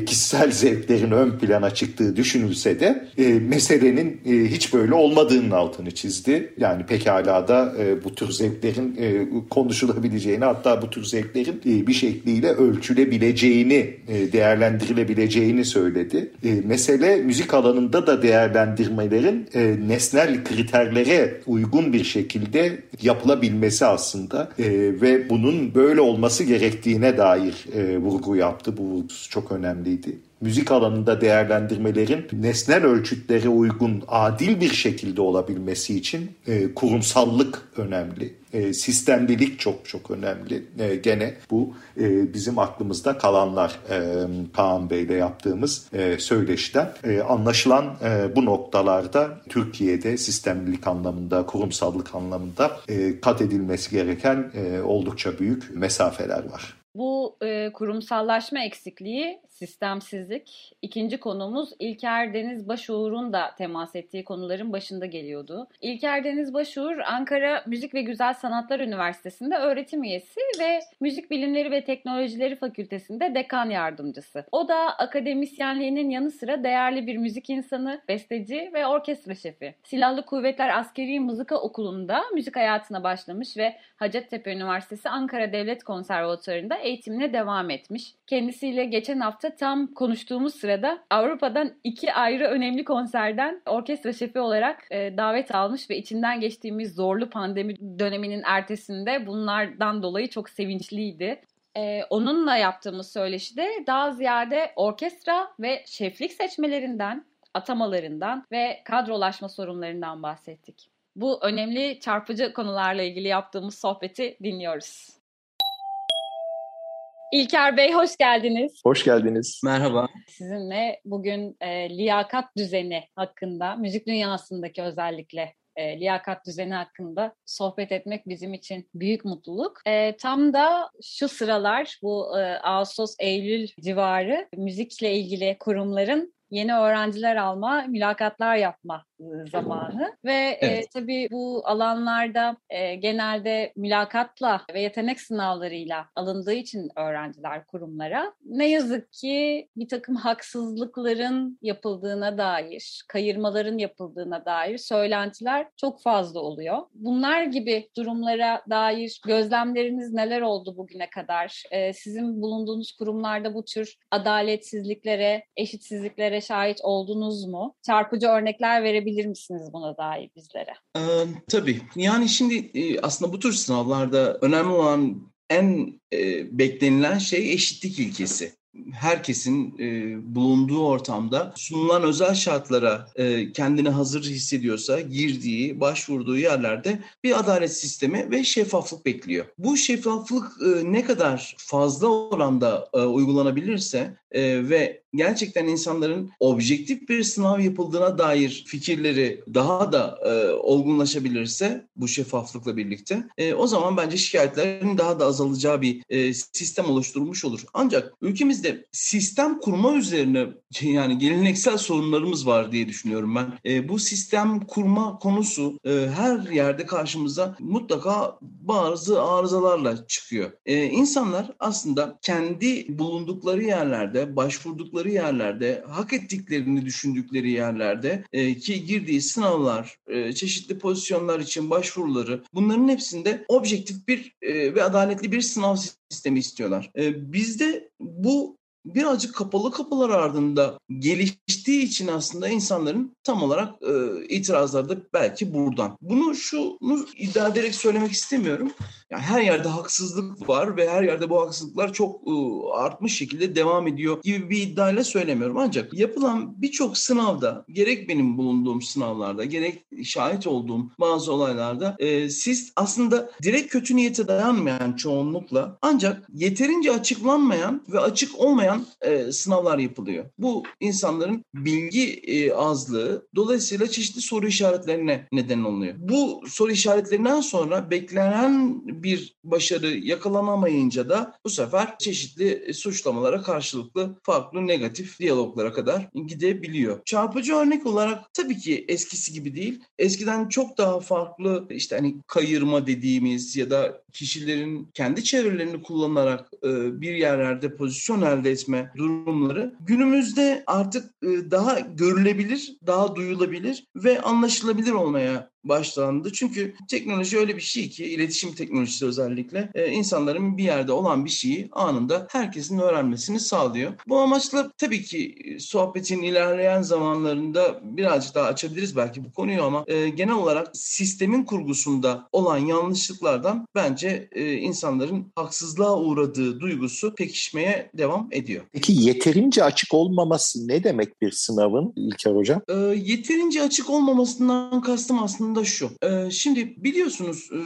C: nesnel zevklerin ön plana çıktığı düşünülse de e, meselenin e, hiç böyle olmadığının altını çizdi. Yani pekala da e, bu tür zevklerin e, konuşulabileceğini, hatta bu tür zevklerin e, bir şekliyle ölçülebileceğini, e, değerlendirilebileceğini söyledi. E, mesele müzik alanında da değerlendirmelerin e, nesnel kriterlere uygun bir şekilde yapılabilmesi aslında e, ve bunun böyle olması gerektiğine dair e, vurgu yaptı. Bu vurgusu çok önemliydi. Müzik alanında değerlendirmelerin nesnel ölçütlere uygun, adil bir şekilde olabilmesi için e, kurumsallık önemli. E, sistemlilik çok çok önemli. E, gene bu e, bizim aklımızda kalanlar e, Kaan Bey'le yaptığımız e, söyleşiden e, anlaşılan e, bu noktalarda Türkiye'de sistemlilik anlamında, kurumsallık anlamında e, kat edilmesi gereken e, oldukça büyük mesafeler var.
D: Bu e, kurumsallaşma eksikliği, sistemsizlik. İkinci konumuz İlker Deniz Başuğur'un da temas ettiği konuların başında geliyordu. İlker Deniz Başuğur, Ankara Müzik ve Güzel Sanatlar Üniversitesi'nde öğretim üyesi ve Müzik Bilimleri ve Teknolojileri Fakültesi'nde dekan yardımcısı. O da akademisyenliğinin yanı sıra değerli bir müzik insanı, besteci ve orkestra şefi. Silahlı Kuvvetler Askeri Mızıka Okulu'nda müzik hayatına başlamış ve Hacettepe Üniversitesi Ankara Devlet Konservatuvarı'nda eğitimine devam etmiş. Kendisiyle geçen hafta tam konuştuğumuz sırada Avrupa'dan iki ayrı önemli konserden orkestra şefi olarak e, davet almış ve içinden geçtiğimiz zorlu pandemi döneminin ertesinde bunlardan dolayı çok sevinçliydi. Ee, onunla yaptığımız söyleşide daha ziyade orkestra ve şeflik seçmelerinden, atamalarından ve kadrolaşma sorunlarından bahsettik. Bu önemli çarpıcı konularla ilgili yaptığımız sohbeti dinliyoruz. İlker Bey, hoş geldiniz.
F: Hoş geldiniz.
G: Merhaba.
D: Sizinle bugün e, liyakat düzeni hakkında, müzik dünyasındaki özellikle e, liyakat düzeni hakkında sohbet etmek bizim için büyük mutluluk. E, tam da şu sıralar, bu e, Ağustos-Eylül civarı müzikle ilgili kurumların yeni öğrenciler alma, mülakatlar yapma zamanı ve evet. e, tabii bu alanlarda e, genelde mülakatla ve yetenek sınavlarıyla alındığı için öğrenciler kurumlara ne yazık ki bir takım haksızlıkların yapıldığına dair, kayırmaların yapıldığına dair söylentiler çok fazla oluyor. Bunlar gibi durumlara dair gözlemleriniz neler oldu bugüne kadar? E, sizin bulunduğunuz kurumlarda bu tür adaletsizliklere, eşitsizliklere şahit oldunuz mu? Çarpıcı örnekler verebilir misiniz buna dair bizlere?
G: Ee, tabii. Yani şimdi e, aslında bu tür sınavlarda önemli olan en e, beklenilen şey eşitlik ilkesi. Herkesin e, bulunduğu ortamda sunulan özel şartlara e, kendini hazır hissediyorsa girdiği, başvurduğu yerlerde bir adalet sistemi ve şeffaflık bekliyor. Bu şeffaflık e, ne kadar fazla oranda e, uygulanabilirse e, ve gerçekten insanların objektif bir sınav yapıldığına dair fikirleri daha da e, olgunlaşabilirse bu şeffaflıkla birlikte e, o zaman bence şikayetlerin daha da azalacağı bir e, sistem oluşturulmuş olur. Ancak ülkemizde sistem kurma üzerine yani geleneksel sorunlarımız var diye düşünüyorum ben. E, bu sistem kurma konusu e, her yerde karşımıza mutlaka bazı arızalarla çıkıyor. E, insanlar aslında kendi bulundukları yerlerde, başvurdukları yerlerde, hak ettiklerini düşündükleri yerlerde e, ki girdiği sınavlar, e, çeşitli pozisyonlar için başvuruları, bunların hepsinde objektif bir e, ve adaletli bir sınav sistemi istiyorlar. E, bizde bu birazcık kapalı kapılar ardında geliştiği için aslında insanların tam olarak e, itirazları da belki buradan. Bunu şunu iddia ederek söylemek istemiyorum. Yani her yerde haksızlık var ve her yerde bu haksızlıklar çok e, artmış şekilde devam ediyor gibi bir iddiayla söylemiyorum. Ancak yapılan birçok sınavda, gerek benim bulunduğum sınavlarda, gerek şahit olduğum bazı olaylarda e, siz aslında direkt kötü niyete dayanmayan çoğunlukla ancak yeterince açıklanmayan ve açık olmayan E, sınavlar yapılıyor. Bu insanların bilgi e, azlığı dolayısıyla çeşitli soru işaretlerine neden oluyor. Bu soru işaretlerinden sonra beklenen bir başarı yakalanamayınca da bu sefer çeşitli suçlamalara karşılıklı farklı negatif diyaloglara kadar gidebiliyor. Çarpıcı örnek olarak tabii ki eskisi gibi değil. Eskiden çok daha farklı işte hani kayırma dediğimiz ya da kişilerin kendi çevrelerini kullanarak e, bir yerlerde pozisyon elde etme durumları günümüzde artık daha görülebilir, daha duyulabilir ve anlaşılabilir olmaya başlandı. Çünkü teknoloji öyle bir şey ki, iletişim teknolojisi özellikle e, insanların bir yerde olan bir şeyi anında herkesin öğrenmesini sağlıyor. Bu amaçla tabii ki sohbetin ilerleyen zamanlarında birazcık daha açabiliriz belki bu konuyu ama e, genel olarak sistemin kurgusunda olan yanlışlıklardan bence e, insanların haksızlığa uğradığı duygusu pekişmeye devam ediyor.
E: Peki yeterince açık olmaması ne demek bir sınavın İlker Hocam?
G: E, yeterince açık olmamasından kastım aslında da şu. Ee, şimdi biliyorsunuz e,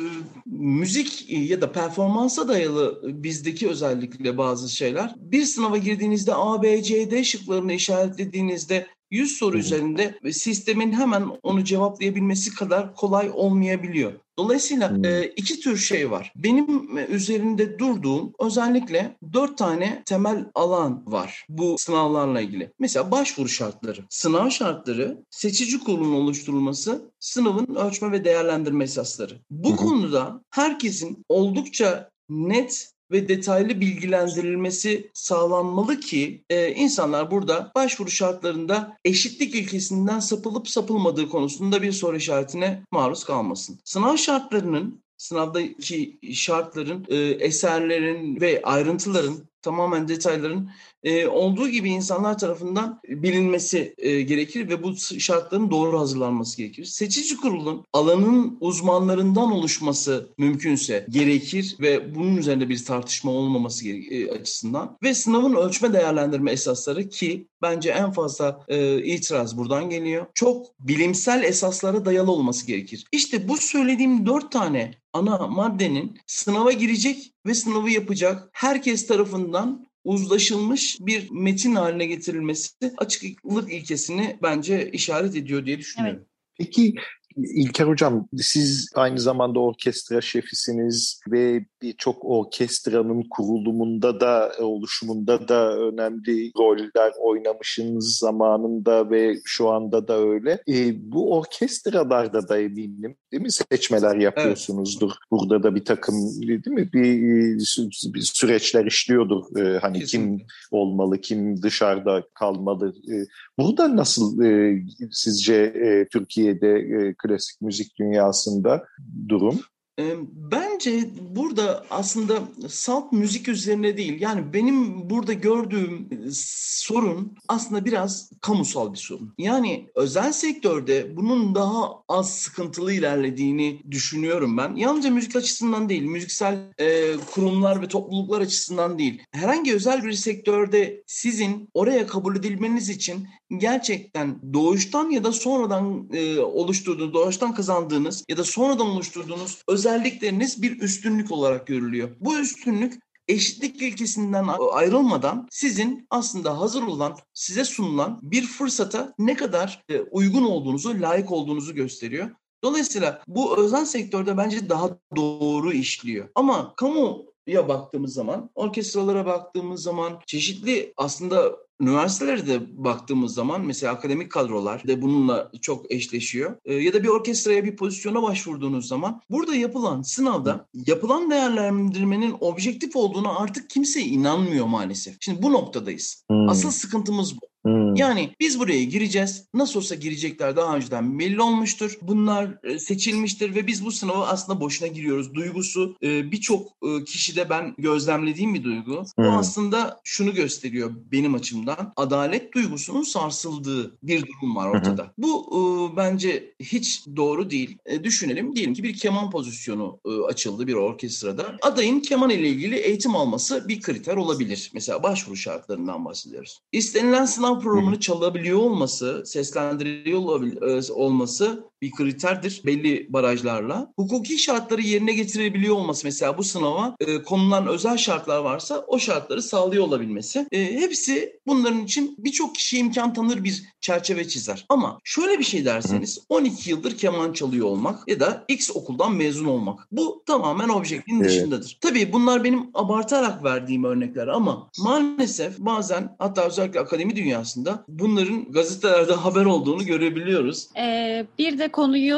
G: müzik ya da performansa dayalı bizdeki özellikle bazı şeyler. Bir sınava girdiğinizde A, B, C, D şıklarını işaretlediğinizde yüz soru üzerinde sistemin hemen onu cevaplayabilmesi kadar kolay olmayabiliyor. Dolayısıyla hmm. e, iki tür şey var. Benim üzerinde durduğum özellikle dört tane temel alan var bu sınavlarla ilgili. Mesela başvuru şartları, sınav şartları, seçici kurulun oluşturulması, sınavın ölçme ve değerlendirme esasları. Bu hmm. konuda herkesin oldukça net ve detaylı bilgilendirilmesi sağlanmalı ki e, insanlar burada başvuru şartlarında eşitlik ilkesinden sapılıp sapılmadığı konusunda bir soru işaretine maruz kalmasın. Sınav şartlarının, sınavdaki şartların, e, eserlerin ve ayrıntıların, tamamen detayların e, olduğu gibi insanlar tarafından bilinmesi e, gerekir ve bu şartların doğru hazırlanması gerekir. Seçici kurulun alanın uzmanlarından oluşması mümkünse gerekir ve bunun üzerinde bir tartışma olmaması e, açısından ve sınavın ölçme değerlendirme esasları ki bence en fazla e, itiraz buradan geliyor. Çok bilimsel esaslara dayalı olması gerekir. İşte bu söylediğim dört tane ana maddenin sınava girecek ve sınavı yapacak herkes tarafından uzlaşılmış bir metin haline getirilmesi açıklık ilkesini bence işaret ediyor diye düşünüyorum.
D: Evet.
E: Peki İlker Hocam, siz aynı zamanda orkestra şefisiniz ve birçok orkestranın kurulumunda da, oluşumunda da önemli roller oynamışsınız zamanında ve şu anda da öyle. E, bu orkestralarda da eminim, değil mi, seçmeler yapıyorsunuzdur. Evet. Burada da bir takım, değil mi, bir, bir süreçler işliyordur. E, hani Kesinlikle. Kim olmalı, kim dışarıda kalmalı. E, burada nasıl e, sizce e, Türkiye'de e, klasik müzik dünyasında durum?
G: Bence burada aslında salt müzik üzerine değil, yani benim burada gördüğüm sorun aslında biraz kamusal bir sorun. Yani özel sektörde bunun daha az sıkıntılı ilerlediğini düşünüyorum ben. Yalnızca müzik açısından değil, müziksel e, kurumlar ve topluluklar açısından değil. Herhangi özel bir sektörde sizin oraya kabul edilmeniz için gerçekten doğuştan ya da sonradan e, oluşturduğunuz, doğuştan kazandığınız ya da sonradan oluşturduğunuz özellikleriniz bir üstünlük olarak görülüyor. Bu üstünlük eşitlik ilkesinden ayrılmadan sizin aslında hazır olan, size sunulan bir fırsata ne kadar e, uygun olduğunuzu, layık olduğunuzu gösteriyor. Dolayısıyla bu özel sektörde bence daha doğru işliyor. Ama kamuya baktığımız zaman, orkestralara baktığımız zaman, çeşitli aslında üniversitelere de baktığımız zaman mesela akademik kadrolar da bununla çok eşleşiyor. Ee, ya da bir orkestraya bir pozisyona başvurduğunuz zaman burada yapılan sınavda yapılan değerlendirmenin objektif olduğuna artık kimse inanmıyor maalesef. Şimdi bu noktadayız. Hmm. Asıl sıkıntımız bu. Hmm. Yani biz buraya gireceğiz. Nasıl olsa girecekler daha önceden belli olmuştur. Bunlar seçilmiştir ve biz bu sınava aslında boşuna giriyoruz. Duygusu birçok kişide ben gözlemlediğim bir duygu. Hmm. Bu aslında şunu gösteriyor benim açımdan. Adalet duygusunun sarsıldığı bir durum var ortada. Hmm. Bu bence hiç doğru değil. Düşünelim, diyelim ki bir keman pozisyonu açıldı bir orkestrada. Adayın keman ile ilgili eğitim alması bir kriter olabilir. Mesela başvuru şartlarından bahsediyoruz. İstenilen sınav programını çalabiliyor olması, seslendiriyor olması bir kriterdir belli barajlarla. Hukuki şartları yerine getirebiliyor olması, mesela bu sınava e, konulan özel şartlar varsa o şartları sağlıyor olabilmesi. E, hepsi bunların için birçok kişiye imkan tanır bir çerçeve çizer. Ama şöyle bir şey derseniz, on iki yıldır keman çalıyor olmak ya da X okuldan mezun olmak. Bu tamamen objektifin evet. dışındadır. Tabii bunlar benim abartarak verdiğim örnekler ama maalesef bazen, hatta özellikle akademi dünyasında bunların gazetelerde haber olduğunu görebiliyoruz.
D: Ee, bir de konuyu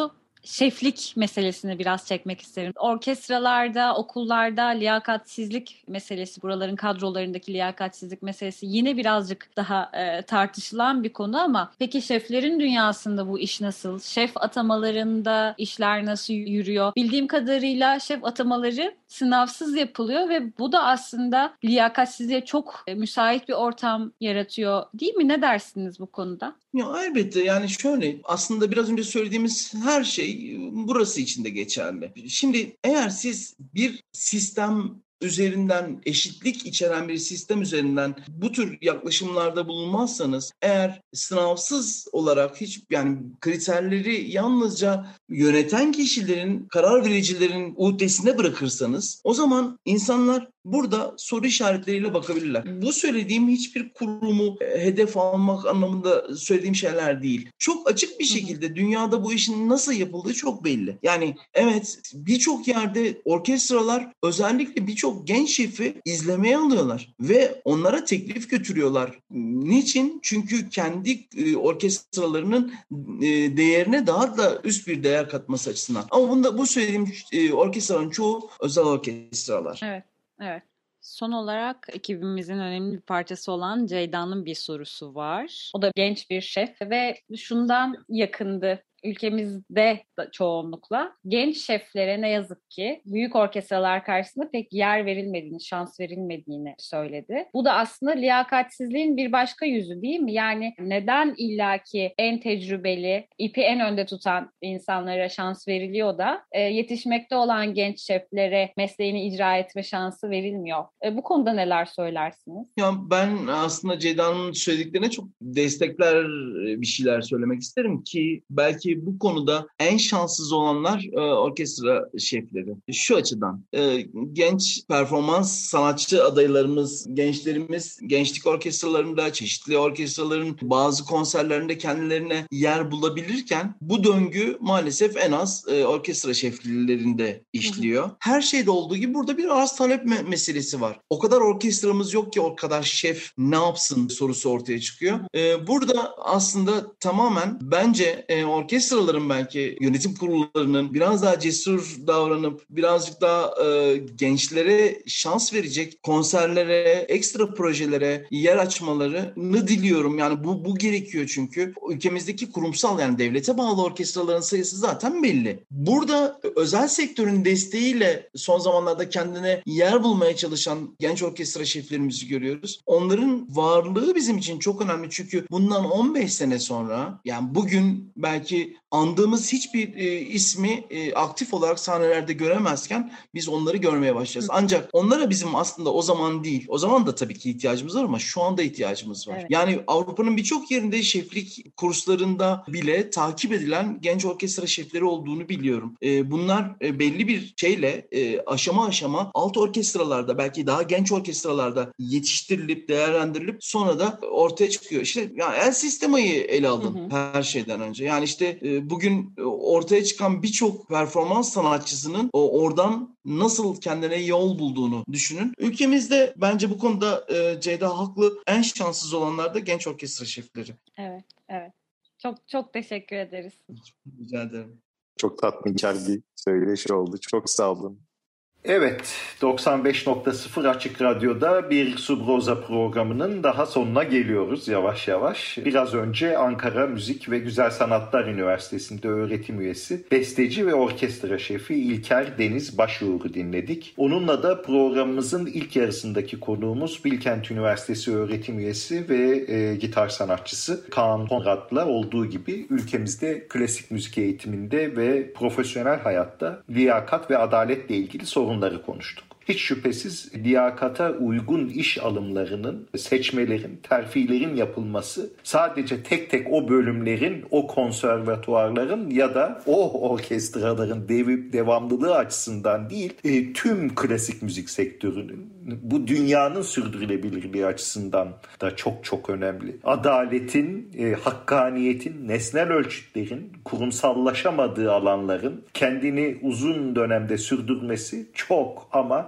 D: şeflik meselesini biraz çekmek isterim. Orkestralarda, okullarda liyakatsizlik meselesi, buraların kadrolarındaki liyakatsizlik meselesi yine birazcık daha e, tartışılan bir konu ama peki şeflerin dünyasında bu iş nasıl? Şef atamalarında işler nasıl yürüyor? Bildiğim kadarıyla şef atamaları sınavsız yapılıyor ve bu da aslında liyakatsizliğe çok e, müsait bir ortam yaratıyor değil mi? Ne dersiniz bu konuda?
G: Ya elbette, yani şöyle, aslında biraz önce söylediğimiz her şey burası için de geçerli. Şimdi eğer siz bir sistem üzerinden, eşitlik içeren bir sistem üzerinden bu tür yaklaşımlarda bulunmazsanız, eğer sınavsız olarak hiç, yani kriterleri yalnızca yöneten kişilerin, karar vericilerin uhdesine bırakırsanız, o zaman insanlar burada soru işaretleriyle bakabilirler. Bu söylediğim hiçbir kurumu hedef almak anlamında söylediğim şeyler değil. Çok açık bir şekilde dünyada bu işin nasıl yapıldığı çok belli. Yani evet, birçok yerde orkestralar özellikle birçok genç şefi izlemeye alıyorlar ve onlara teklif götürüyorlar. Niçin? Çünkü kendi orkestralarının değerine daha da üst bir değer katması açısından. Ama bunda bu söylediğim orkestraların çoğu özel orkestralar.
D: Evet. Evet. Son olarak ekibimizin önemli bir parçası olan Ceyda'nın bir sorusu var. O da genç bir şef ve şundan yakındı. Ülkemizde çoğunlukla genç şeflere ne yazık ki büyük orkestralar karşısında pek yer verilmediğini, şans verilmediğini söyledi. Bu da aslında liyakatsizliğin bir başka yüzü değil mi? Yani neden illaki en tecrübeli, ipi en önde tutan insanlara şans veriliyor da e, yetişmekte olan genç şeflere mesleğini icra etme şansı verilmiyor? E, bu konuda neler söylersiniz?
G: Ya ben aslında Ceyda'nın söylediklerine çok destekler bir şeyler söylemek isterim ki belki bu konuda en şanssız olanlar e, orkestra şefleri. Şu açıdan e, genç performans sanatçı adaylarımız, gençlerimiz gençlik orkestralarında, çeşitli orkestraların bazı konserlerinde kendilerine yer bulabilirken bu döngü maalesef en az e, orkestra şeflerinde işliyor. Hı hı. Her şeyde olduğu gibi burada bir arz talep me- meselesi var. O kadar orkestramız yok ki o kadar şef ne yapsın sorusu ortaya çıkıyor. E, burada aslında tamamen bence e, orkestra Orkestraların belki yönetim kurullarının biraz daha cesur davranıp birazcık daha e, gençlere şans verecek konserlere, ekstra projelere yer açmalarını diliyorum. Yani bu bu gerekiyor çünkü ülkemizdeki kurumsal, yani devlete bağlı orkestraların sayısı zaten belli. Burada özel sektörün desteğiyle son zamanlarda kendine yer bulmaya çalışan genç orkestra şeflerimizi görüyoruz. Onların varlığı bizim için çok önemli çünkü bundan on beş sene sonra, yani bugün belki andığımız hiçbir e, ismi e, aktif olarak sahnelerde göremezken biz onları görmeye başlayacağız. Ancak onlara bizim aslında o zaman değil, o zaman da tabii ki ihtiyacımız var ama şu anda ihtiyacımız var. Evet. Yani Avrupa'nın birçok yerinde şeflik kurslarında bile takip edilen genç orkestra şefleri olduğunu biliyorum. E, bunlar e, belli bir şeyle e, aşama aşama alt orkestralarda, belki daha genç orkestralarda yetiştirilip, değerlendirilip sonra da ortaya çıkıyor. İşte yani El Sistema'yı ele alın hı hı. her şeyden önce. Yani işte bugün ortaya çıkan birçok performans sanatçısının oradan nasıl kendine yol bulduğunu düşünün. Ülkemizde bence bu konuda Ceyda haklı. En şanssız olanlar da genç orkestra şefleri.
D: Evet, evet. Çok çok teşekkür ederiz.
G: Rica ederim.
E: Çok tatminkar bir söyleşi oldu. Çok sağ olun.
C: Evet, doksan beş nokta sıfır Açık Radyo'da bir Subroza programının daha sonuna geliyoruz yavaş yavaş. Biraz önce Ankara Müzik ve Güzel Sanatlar Üniversitesi'nde öğretim üyesi, besteci ve orkestra şefi İlker Deniz Başuğur'u dinledik. Onunla da programımızın ilk yarısındaki konuğumuz Bilkent Üniversitesi öğretim üyesi ve e, gitar sanatçısı Kaan Konrad'la olduğu gibi ülkemizde klasik müzik eğitiminde ve profesyonel hayatta liyakat ve adaletle ilgili sorunları konuştuk. Hiç şüphesiz liyakata uygun iş alımlarının, seçmelerin, terfilerin yapılması sadece tek tek o bölümlerin, o konservatuarların ya da o orkestraların dev- devamlılığı açısından değil, e, tüm klasik müzik sektörünün, bu dünyanın sürdürülebilirliği açısından da çok çok önemli. Adaletin, e, hakkaniyetin, nesnel ölçütlerin, kurumsallaşamadığı alanların kendini uzun dönemde sürdürmesi çok ama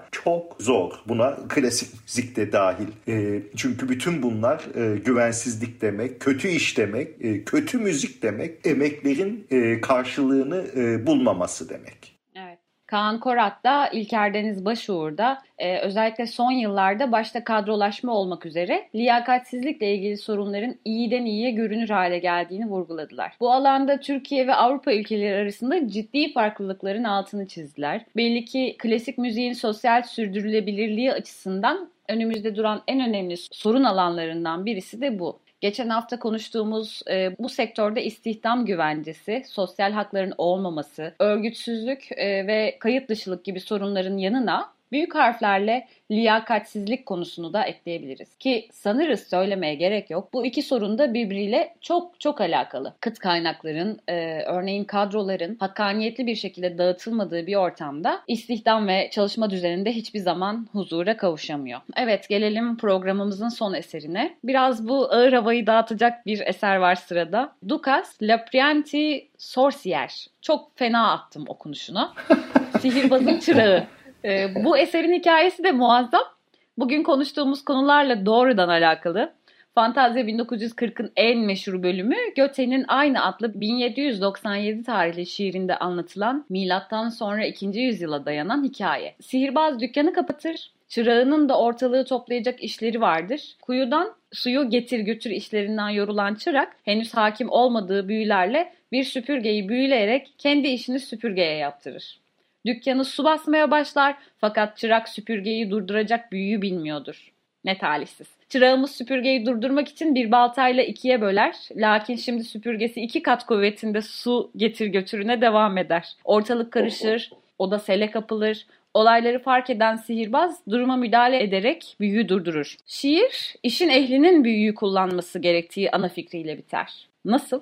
C: çok zor. Buna klasik müzik de dahil. E, çünkü bütün bunlar e, güvensizlik demek, kötü iş demek, e, kötü müzik demek, emeklerin e, karşılığını e, bulmaması demek.
D: Evet. Kaan Korat da İlker Deniz Başuğur da e, özellikle son yıllarda başta kadrolaşma olmak üzere liyakatsizlikle ilgili sorunların iyiden iyiye görünür hale geldiğini vurguladılar. Bu alanda Türkiye ve Avrupa ülkeleri arasında ciddi farklılıkların altını çizdiler. Belli ki klasik müziğin sosyal sürdürülebilirliği açısından önümüzde duran en önemli sorun alanlarından birisi de bu. Geçen hafta konuştuğumuz e, bu sektörde istihdam güvencesi, sosyal hakların olmaması, örgütsüzlük e, ve kayıt dışılık gibi sorunların yanına büyük harflerle liyakatsizlik konusunu da ekleyebiliriz. Ki sanırız söylemeye gerek yok. Bu iki sorun da birbiriyle çok çok alakalı. Kıt kaynakların, e, örneğin kadroların hakkaniyetli bir şekilde dağıtılmadığı bir ortamda istihdam ve çalışma düzeninde hiçbir zaman huzura kavuşamıyor. Evet, gelelim programımızın son eserine. Biraz bu ağır havayı dağıtacak bir eser var sırada. Dukas, L'Apprenti Sorcier. Çok fena attım okunuşunu. Sihirbazın çırağı. Ee, bu eserin hikayesi de muazzam. Bugün konuştuğumuz konularla doğrudan alakalı. Fantazya bin dokuz yüz kırkın en meşhur bölümü Goethe'nin aynı adlı bin yedi yüz doksan yedi tarihli şiirinde anlatılan milattan sonra ikinci yüzyıla dayanan hikaye. Sihirbaz dükkanı kapatır. Çırağının da ortalığı toplayacak işleri vardır. Kuyudan suyu getir götür işlerinden yorulan çırak henüz hakim olmadığı büyülerle bir süpürgeyi büyüleyerek kendi işini süpürgeye yaptırır. Dükkanı su basmaya başlar fakat çırak süpürgeyi durduracak büyüyü bilmiyordur. Ne talihsiz. Çırağımız süpürgeyi durdurmak için bir baltayla ikiye böler. Lakin şimdi süpürgesi iki kat kuvvetinde su getir götürüne devam eder. Ortalık karışır, oda sele kapılır. Olayları fark eden sihirbaz duruma müdahale ederek büyüyü durdurur. Şiir, işin ehlinin büyüyü kullanması gerektiği ana fikriyle biter. Nasıl?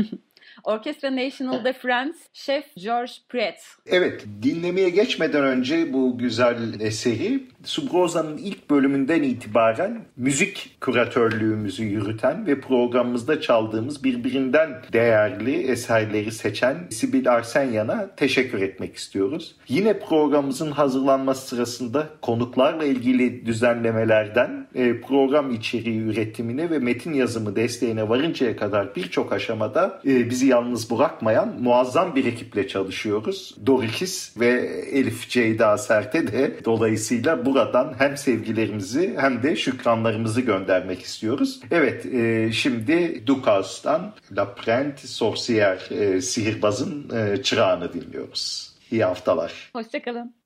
D: Orkestra National de France, Şef George Pret.
C: Evet, dinlemeye geçmeden önce bu güzel eseri Subroza'nın ilk bölümünden itibaren müzik küratörlüğümüzü yürüten ve programımızda çaldığımız birbirinden değerli eserleri seçen Sibil Arsenyan'a teşekkür etmek istiyoruz. Yine programımızın hazırlanması sırasında konuklarla ilgili düzenlemelerden program içeriği üretimine ve metin yazımı desteğine varıncaya kadar birçok aşamada bizi yalnız bırakmayan muazzam bir ekiple çalışıyoruz. Dorikis ve Elif Ceyda Sert'e de dolayısıyla buradan hem sevgilerimizi hem de şükranlarımızı göndermek istiyoruz. Evet, e, şimdi Dukas'tan L'Apprenti Sorcier, e, sihirbazın e, çırağını dinliyoruz. İyi haftalar.
D: Hoşçakalın.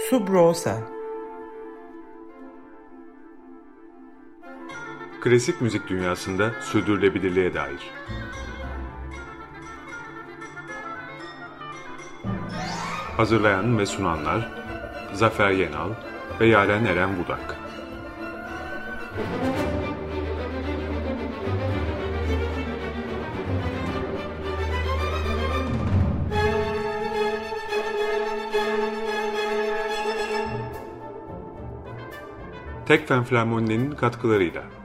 F: Subrosa.
B: Klasik müzik dünyasında sürdürülebilirliğe dair. Hazırlayan ve sunanlar Zafer Yenal ve Yaren Eren Budak. Tekfen Flammoni'nin katkılarıyla.